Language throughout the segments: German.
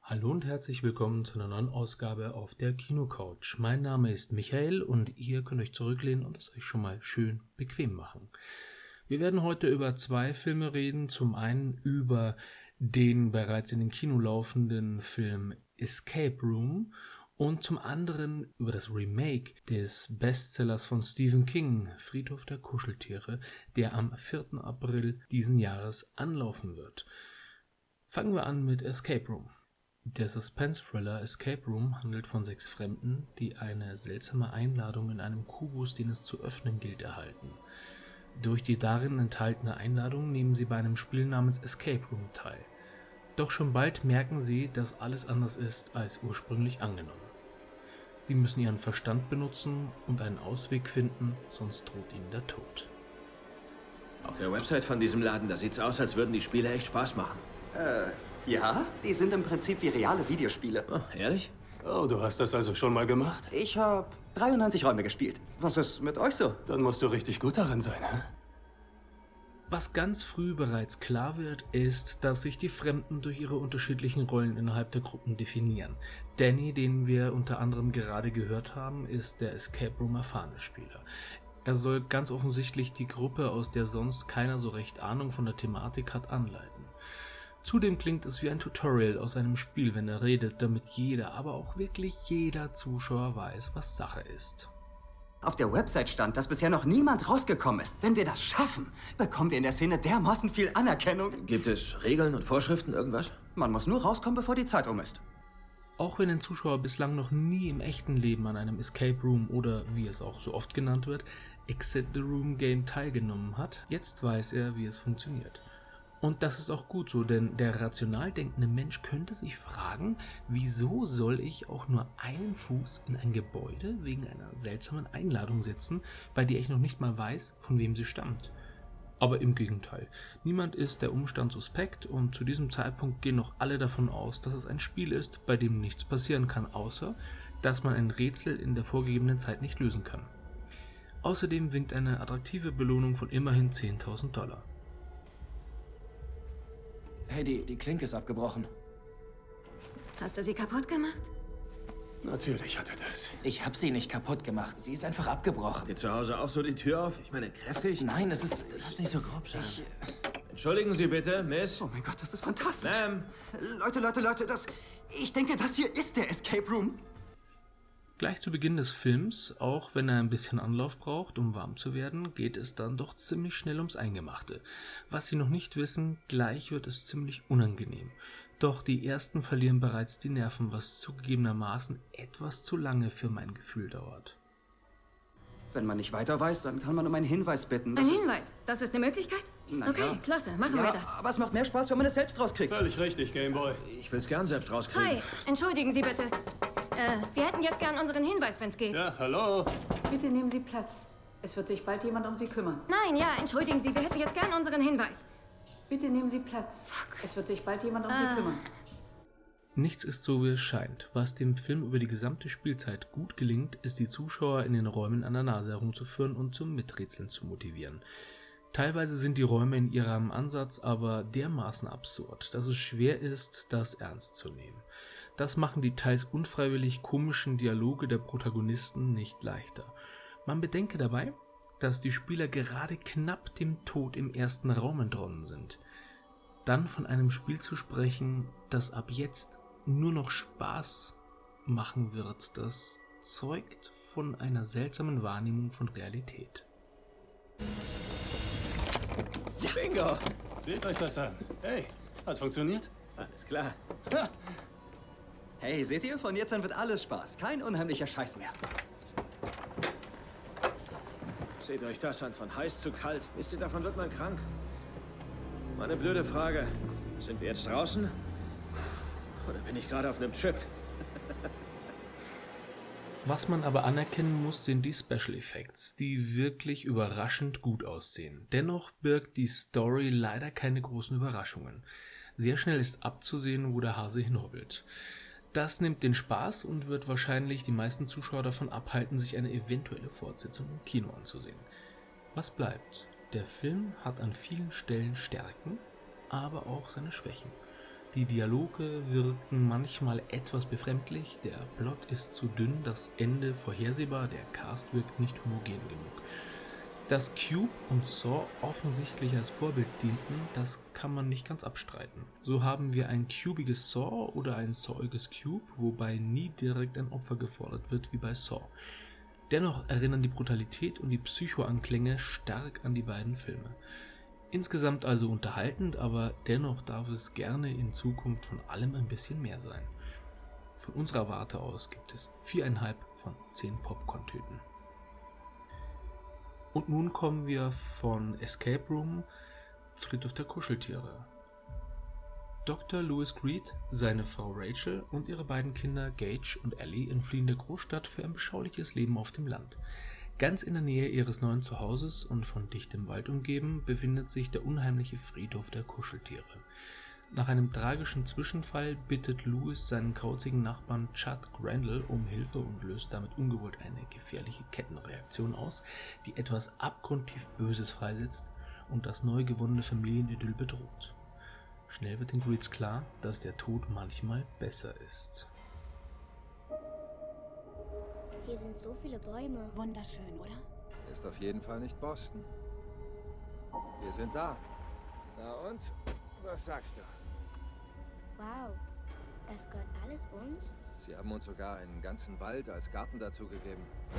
Hallo und herzlich willkommen zu einer neuen Ausgabe auf der Kinocouch. Mein Name ist Michael und ihr könnt euch zurücklehnen und es euch schon mal schön bequem machen. Wir werden heute über zwei Filme reden. Zum einen über den bereits in den Kino laufenden Film Escape Room und zum anderen über das Remake des Bestsellers von Stephen King, Friedhof der Kuscheltiere, der am 4. April diesen Jahres anlaufen wird. Fangen wir an mit Escape Room. Der Suspense-Thriller Escape Room handelt von 6 Fremden, die eine seltsame Einladung in einem Kubus, den es zu öffnen gilt, erhalten. Durch die darin enthaltene Einladung nehmen sie bei einem Spiel namens Escape Room teil. Doch schon bald merken sie, dass alles anders ist als ursprünglich angenommen. Sie müssen ihren Verstand benutzen und einen Ausweg finden, sonst droht ihnen der Tod. Auf der Website von diesem Laden, da sieht's aus, als würden die Spiele echt Spaß machen. Ja, die sind im Prinzip wie reale Videospiele. Oh, ehrlich? Oh, du hast das also schon mal gemacht? Ich habe 93 Räume gespielt. Was ist mit euch so? Dann musst du richtig gut darin sein, hä? Was ganz früh bereits klar wird, ist, dass sich die Fremden durch ihre unterschiedlichen Rollen innerhalb der Gruppen definieren. Danny, den wir unter anderem gerade gehört haben, ist der Escape Room erfahrene Spieler. Er soll ganz offensichtlich die Gruppe, aus der sonst keiner so recht Ahnung von der Thematik hat, anleiten. Zudem klingt es wie ein Tutorial aus einem Spiel, wenn er redet, damit jeder, aber auch wirklich jeder Zuschauer weiß, was Sache ist. Auf der Website stand, dass bisher noch niemand rausgekommen ist. Wenn wir das schaffen, bekommen wir in der Szene dermaßen viel Anerkennung. Gibt es Regeln und Vorschriften, irgendwas? Man muss nur rauskommen, bevor die Zeit um ist. Auch wenn ein Zuschauer bislang noch nie im echten Leben an einem Escape Room oder, wie es auch so oft genannt wird, Exit the Room Game teilgenommen hat, jetzt weiß er, wie es funktioniert. Und das ist auch gut so, denn der rational denkende Mensch könnte sich fragen, wieso soll ich auch nur einen Fuß in ein Gebäude wegen einer seltsamen Einladung setzen, bei der ich noch nicht mal weiß, von wem sie stammt. Aber im Gegenteil, niemand ist der Umstand suspekt und zu diesem Zeitpunkt gehen noch alle davon aus, dass es ein Spiel ist, bei dem nichts passieren kann, außer dass man ein Rätsel in der vorgegebenen Zeit nicht lösen kann. Außerdem winkt eine attraktive Belohnung von immerhin $10.000. Hey, die Klinke ist abgebrochen. Hast du sie kaputt gemacht? Natürlich hat er das. Ich hab sie nicht kaputt gemacht. Sie ist einfach abgebrochen. Habt ihr zu Hause auch so die Tür auf? Ich meine, kräftig? Nein, es ist... Lass nicht so grob sein. Entschuldigen Sie bitte, Miss. Oh mein Gott, das ist fantastisch. Ma'am. Leute, ich denke, das hier ist der Escape Room. Gleich zu Beginn des Films, auch wenn er ein bisschen Anlauf braucht, um warm zu werden, geht es dann doch ziemlich schnell ums Eingemachte. Was Sie noch nicht wissen, gleich wird es ziemlich unangenehm. Doch die ersten verlieren bereits die Nerven, was zugegebenermaßen etwas zu lange für mein Gefühl dauert. Wenn man nicht weiter weiß, dann kann man um einen Hinweis bitten. Ein Hinweis? Das ist eine Möglichkeit? Na Okay, ja. klasse, machen wir das. Aber es macht mehr Spaß, wenn man es selbst rauskriegt. Völlig richtig, Gameboy. Ich will's gern selbst rauskriegen. Hi, entschuldigen Sie bitte. Wir hätten jetzt gern unseren Hinweis, wenn's geht. Ja, hallo? Bitte nehmen Sie Platz. Es wird sich bald jemand um Sie kümmern. Nein, ja, entschuldigen Sie, wir hätten jetzt gern unseren Hinweis. Bitte nehmen Sie Platz. Es wird sich bald jemand um Sie kümmern. Nichts ist so, wie es scheint. Was dem Film über die gesamte Spielzeit gut gelingt, ist die Zuschauer in den Räumen an der Nase herumzuführen und zum Miträtseln zu motivieren. Teilweise sind die Räume in ihrem Ansatz aber dermaßen absurd, dass es schwer ist, das ernst zu nehmen. Das machen die teils unfreiwillig komischen Dialoge der Protagonisten nicht leichter. Man bedenke dabei, dass die Spieler gerade knapp dem Tod im ersten Raum entronnen sind. Dann von einem Spiel zu sprechen, das ab jetzt nur noch Spaß machen wird, das zeugt von einer seltsamen Wahrnehmung von Realität. Ja. Bingo. Seht euch das an. Hey, hat funktioniert? Alles klar. Ha! Hey, seht ihr? Von jetzt an wird alles Spaß. Kein unheimlicher Scheiß mehr. Seht euch das an, von heiß zu kalt. Wisst ihr, davon wird man krank. Mal eine blöde Frage. Sind wir jetzt draußen? Oder bin ich gerade auf einem Trip? Was man aber anerkennen muss, sind die Special Effects, die wirklich überraschend gut aussehen. Dennoch birgt die Story leider keine großen Überraschungen. Sehr schnell ist abzusehen, wo der Hase hinhobbelt. Das nimmt den Spaß und wird wahrscheinlich die meisten Zuschauer davon abhalten, sich eine eventuelle Fortsetzung im Kino anzusehen. Was bleibt? Der Film hat an vielen Stellen Stärken, aber auch seine Schwächen. Die Dialoge wirken manchmal etwas befremdlich, der Plot ist zu dünn, das Ende vorhersehbar, der Cast wirkt nicht homogen genug. Dass Cube und Saw offensichtlich als Vorbild dienten, das kann man nicht ganz abstreiten. So haben wir ein cubiges Saw oder ein sawiges Cube, wobei nie direkt ein Opfer gefordert wird wie bei Saw. Dennoch erinnern die Brutalität und die Psycho-Anklänge stark an die beiden Filme. Insgesamt also unterhaltend, aber dennoch darf es gerne in Zukunft von allem ein bisschen mehr sein. Von unserer Warte aus gibt es 4,5 von 10 Popcorn-Tüten. Und nun kommen wir von Escape Room zu Friedhof der Kuscheltiere. Dr. Louis Creed, seine Frau Rachel und ihre beiden Kinder Gage und Ellie entfliehen der Großstadt für ein beschauliches Leben auf dem Land. Ganz in der Nähe ihres neuen Zuhauses und von dichtem Wald umgeben befindet sich der unheimliche Friedhof der Kuscheltiere. Nach einem tragischen Zwischenfall bittet Louis seinen kauzigen Nachbarn Chad Grendel um Hilfe und löst damit ungewollt eine gefährliche Kettenreaktion aus, die etwas abgrundtief Böses freisetzt und das neu gewonnene Familienidyll bedroht. Schnell wird den Creeds klar, dass der Tod manchmal besser ist. Hier sind so viele Bäume. Wunderschön, oder? Ist auf jeden Fall nicht Boston. Wir sind da. Na und? Was sagst du? Wow, das gehört alles uns? Sie haben uns sogar einen ganzen Wald als Garten dazugegeben.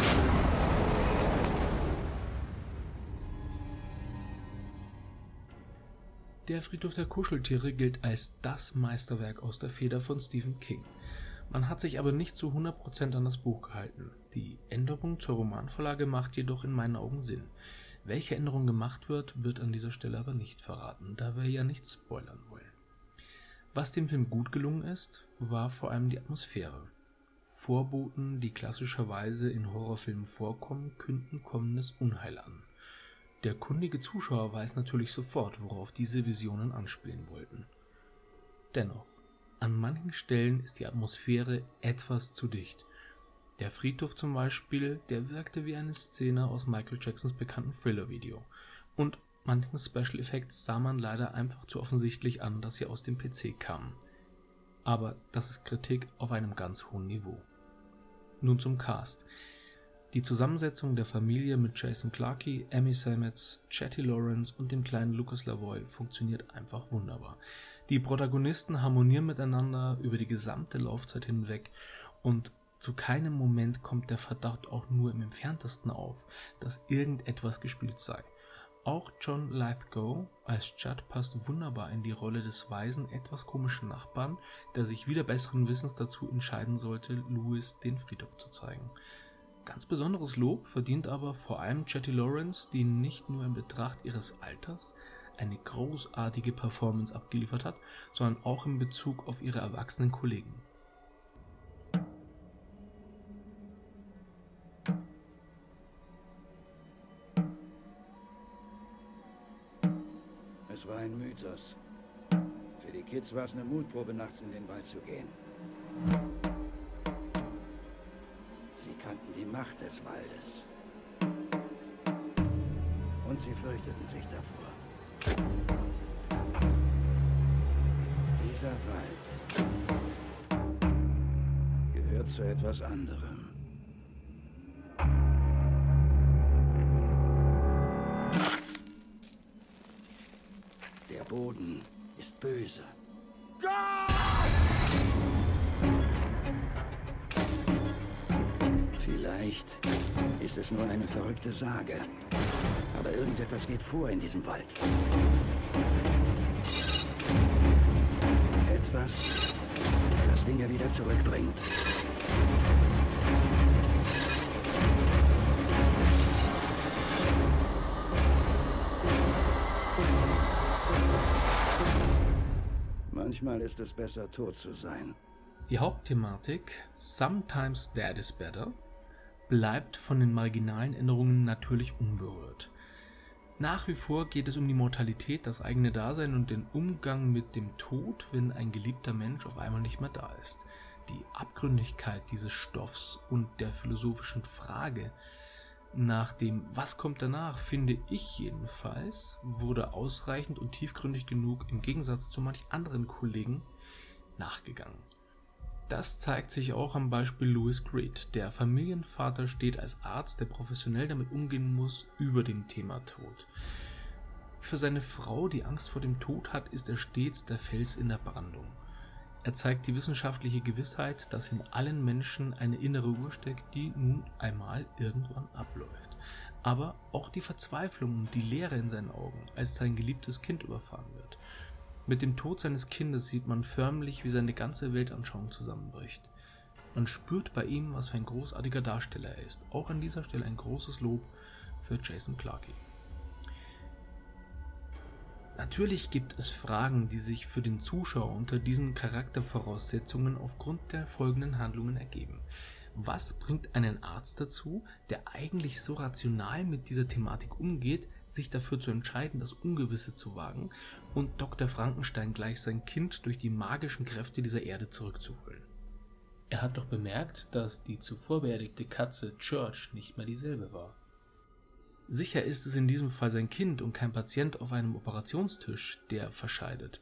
Der Friedhof der Kuscheltiere gilt als das Meisterwerk aus der Feder von Stephen King. Man hat sich aber nicht zu 100% an das Buch gehalten. Die Änderung zur Romanvorlage macht jedoch in meinen Augen Sinn. Welche Änderung gemacht wird an dieser Stelle aber nicht verraten, da wir ja nichts spoilern wollen. Was dem Film gut gelungen ist, war vor allem die Atmosphäre. Vorboten, die klassischerweise in Horrorfilmen vorkommen, künden kommendes Unheil an. Der kundige Zuschauer weiß natürlich sofort, worauf diese Visionen anspielen wollten. Dennoch, an manchen Stellen ist die Atmosphäre etwas zu dicht. Der Friedhof zum Beispiel, der wirkte wie eine Szene aus Michael Jacksons bekannten Thriller-Video. Und manchen Special Effects sah man leider einfach zu offensichtlich an, dass sie aus dem PC kamen. Aber das ist Kritik auf einem ganz hohen Niveau. Nun zum Cast. Die Zusammensetzung der Familie mit Jason Clarke, Amy Seimetz, Chatty Lawrence und dem kleinen Lucas Lavoie funktioniert einfach wunderbar. Die Protagonisten harmonieren miteinander über die gesamte Laufzeit hinweg und zu keinem Moment kommt der Verdacht auch nur im entferntesten auf, dass irgendetwas gespielt sei. Auch John Lithgow als Judd passt wunderbar in die Rolle des weisen, etwas komischen Nachbarn, der sich wieder besseren Wissens dazu entscheiden sollte, Louis den Friedhof zu zeigen. Ganz besonderes Lob verdient aber vor allem Chatty Lawrence, die nicht nur in Betracht ihres Alters eine großartige Performance abgeliefert hat, sondern auch in Bezug auf ihre erwachsenen Kollegen. Es war ein Mythos. Für die Kids war es eine Mutprobe, nachts in den Wald zu gehen. Sie kannten die Macht des Waldes. Und sie fürchteten sich davor. Dieser Wald gehört zu etwas anderem. Der Boden ist böse. Vielleicht ist es nur eine verrückte Sage. Aber irgendetwas geht vor in diesem Wald. Etwas, das Dinge wieder zurückbringt. Manchmal ist es besser, tot zu sein. Die Hauptthematik, Sometimes That is Better, bleibt von den marginalen Änderungen natürlich unberührt. Nach wie vor geht es um die Mortalität, das eigene Dasein und den Umgang mit dem Tod, wenn ein geliebter Mensch auf einmal nicht mehr da ist. Die Abgründigkeit dieses Stoffs und der philosophischen Frage, Nach dem Was kommt danach, finde ich jedenfalls, wurde ausreichend und tiefgründig genug im Gegensatz zu manch anderen Kollegen nachgegangen. Das zeigt sich auch am Beispiel Louis Creed. Der Familienvater steht als Arzt, der professionell damit umgehen muss, über dem Thema Tod. Für seine Frau, die Angst vor dem Tod hat, ist er stets der Fels in der Brandung. Er zeigt die wissenschaftliche Gewissheit, dass in allen Menschen eine innere Uhr steckt, die nun einmal irgendwann abläuft. Aber auch die Verzweiflung und die Leere in seinen Augen, als sein geliebtes Kind überfahren wird. Mit dem Tod seines Kindes sieht man förmlich, wie seine ganze Weltanschauung zusammenbricht. Man spürt bei ihm, was für ein großartiger Darsteller er ist. Auch an dieser Stelle ein großes Lob für Jason Clarke. Natürlich gibt es Fragen, die sich für den Zuschauer unter diesen Charaktervoraussetzungen aufgrund der folgenden Handlungen ergeben. Was bringt einen Arzt dazu, der eigentlich so rational mit dieser Thematik umgeht, sich dafür zu entscheiden, das Ungewisse zu wagen und Dr. Frankenstein gleich sein Kind durch die magischen Kräfte dieser Erde zurückzuholen? Er hat doch bemerkt, dass die zuvor beerdigte Katze Church nicht mehr dieselbe war. Sicher ist es in diesem Fall sein Kind und kein Patient auf einem Operationstisch, der verscheidet.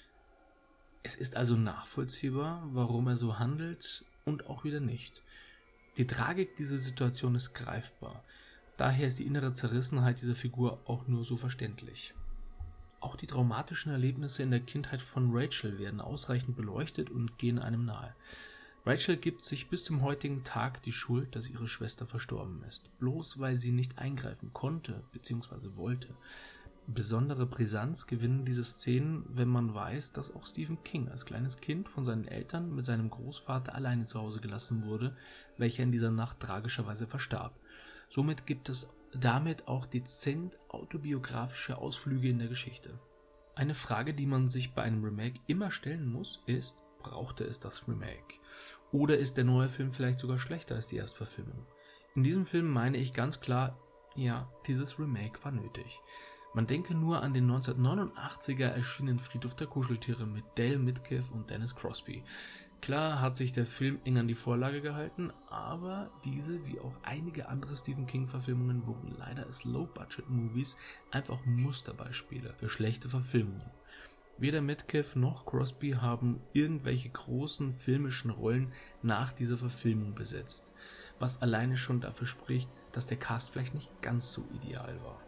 Es ist also nachvollziehbar, warum er so handelt und auch wieder nicht. Die Tragik dieser Situation ist greifbar. Daher ist die innere Zerrissenheit dieser Figur auch nur so verständlich. Auch die traumatischen Erlebnisse in der Kindheit von Rachel werden ausreichend beleuchtet und gehen einem nahe. Rachel gibt sich bis zum heutigen Tag die Schuld, dass ihre Schwester verstorben ist, bloß weil sie nicht eingreifen konnte bzw. wollte. Besondere Brisanz gewinnen diese Szenen, wenn man weiß, dass auch Stephen King als kleines Kind von seinen Eltern mit seinem Großvater alleine zu Hause gelassen wurde, welcher in dieser Nacht tragischerweise verstarb. Somit gibt es damit auch dezent autobiografische Ausflüge in der Geschichte. Eine Frage, die man sich bei einem Remake immer stellen muss, ist: Brauchte es das Remake? Oder ist der neue Film vielleicht sogar schlechter als die Erstverfilmung? In diesem Film meine ich ganz klar, ja, dieses Remake war nötig. Man denke nur an den 1989er erschienenen Friedhof der Kuscheltiere mit Dale Midkiff und Dennis Crosby. Klar hat sich der Film eng an die Vorlage gehalten, aber diese, wie auch einige andere Stephen King-Verfilmungen, wurden leider als Low-Budget-Movies einfach Musterbeispiele für schlechte Verfilmungen. Weder Midkiff noch Crosby haben irgendwelche großen filmischen Rollen nach dieser Verfilmung besetzt, was alleine schon dafür spricht, dass der Cast vielleicht nicht ganz so ideal war.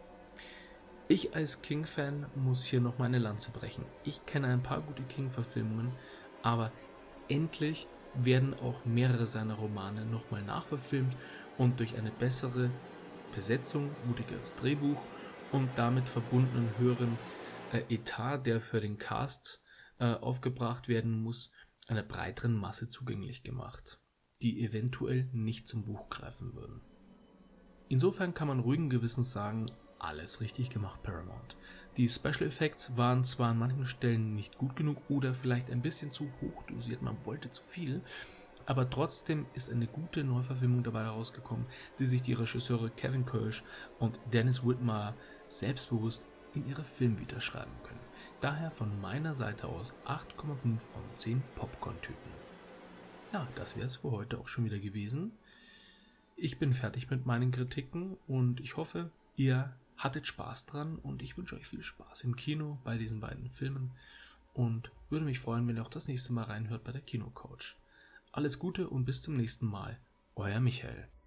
Ich als King-Fan muss hier noch meine Lanze brechen. Ich kenne ein paar gute King-Verfilmungen, aber endlich werden auch mehrere seiner Romane nochmal nachverfilmt und durch eine bessere Besetzung, mutigeres Drehbuch und damit verbundenen höheren Etat, der für den Cast aufgebracht werden muss, einer breiteren Masse zugänglich gemacht, die eventuell nicht zum Buch greifen würden. Insofern kann man ruhigen Gewissens sagen, alles richtig gemacht, Paramount. Die Special Effects waren zwar an manchen Stellen nicht gut genug oder vielleicht ein bisschen zu hoch dosiert, man wollte zu viel, aber trotzdem ist eine gute Neuverfilmung dabei herausgekommen, die sich die Regisseure Kevin Kirsch und Dennis Whitmire selbstbewusst in ihre Filmvita schreiben können. Daher von meiner Seite aus 8,5 von 10 Popcorn-Tüten. Ja, das wäre es für heute auch schon wieder gewesen. Ich bin fertig mit meinen Kritiken und ich hoffe, ihr hattet Spaß dran und ich wünsche euch viel Spaß im Kino bei diesen beiden Filmen und würde mich freuen, wenn ihr auch das nächste Mal reinhört bei der Kino Couch. Alles Gute und bis zum nächsten Mal. Euer Michael.